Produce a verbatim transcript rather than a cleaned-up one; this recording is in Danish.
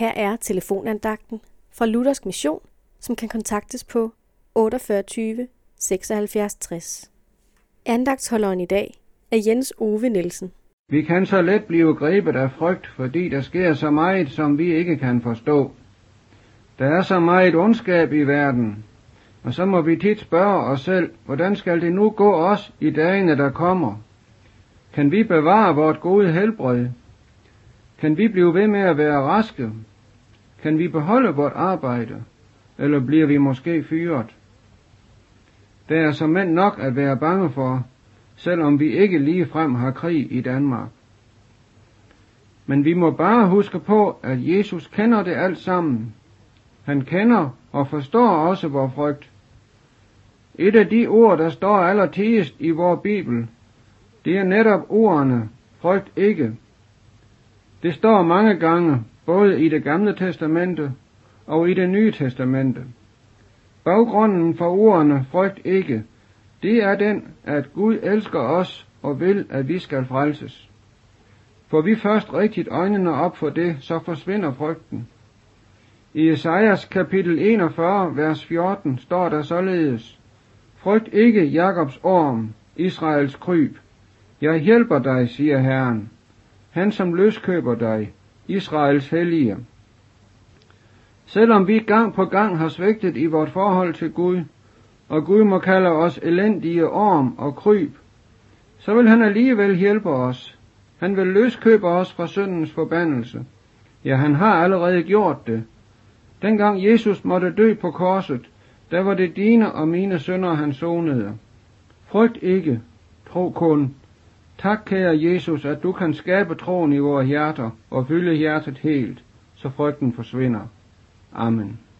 Her er telefonandagten fra Luthersk Mission, som kan kontaktes på otteogfyrre tyve seksoghalvfjerds tres. Andagtsholderen i dag er Jens Ove Nielsen. Vi kan så let blive grebet af frygt, fordi der sker så meget, som vi ikke kan forstå. Der er så meget ondskab i verden, og så må vi tit spørge os selv, hvordan skal det nu gå os i dagene, der kommer? Kan vi bevare vort gode helbred? Kan vi blive ved med at være raske? Kan vi beholde vort arbejde? Eller bliver vi måske fyret? Der er så mænd nok at være bange for, selvom vi ikke ligefrem har krig i Danmark. Men vi må bare huske på, at Jesus kender det alt sammen. Han kender og forstår også vor frygt. Et af de ord, der står allertigest i vor Bibel, det er netop ordene, frygt ikke. Det står mange gange, både i det gamle testamente og i det nye testamente. Baggrunden for ordene, frygt ikke, det er den, at Gud elsker os og vil, at vi skal frelses. Får vi først rigtigt øjnene op for det, så forsvinder frygten. I Esajas kapitel enogfyrre, vers fjorten, står der således: Frygt ikke Jakobs orm, Israels kryb. Jeg hjælper dig, siger Herren, han som løskøber dig, Israels hellige. Selvom vi gang på gang har svigtet i vort forhold til Gud, og Gud må kalde os elendige orm og kryb, så vil han alligevel hjælpe os. Han vil løskøbe os fra syndens forbandelse. Ja, han har allerede gjort det. Dengang Jesus måtte dø på korset, der var det dine og mine synder, han sonede. Frygt ikke, tro kun. Tak, kære Jesus, at du kan skabe troen i vores hjerter og fylde hjertet helt, så frygten forsvinder. Amen.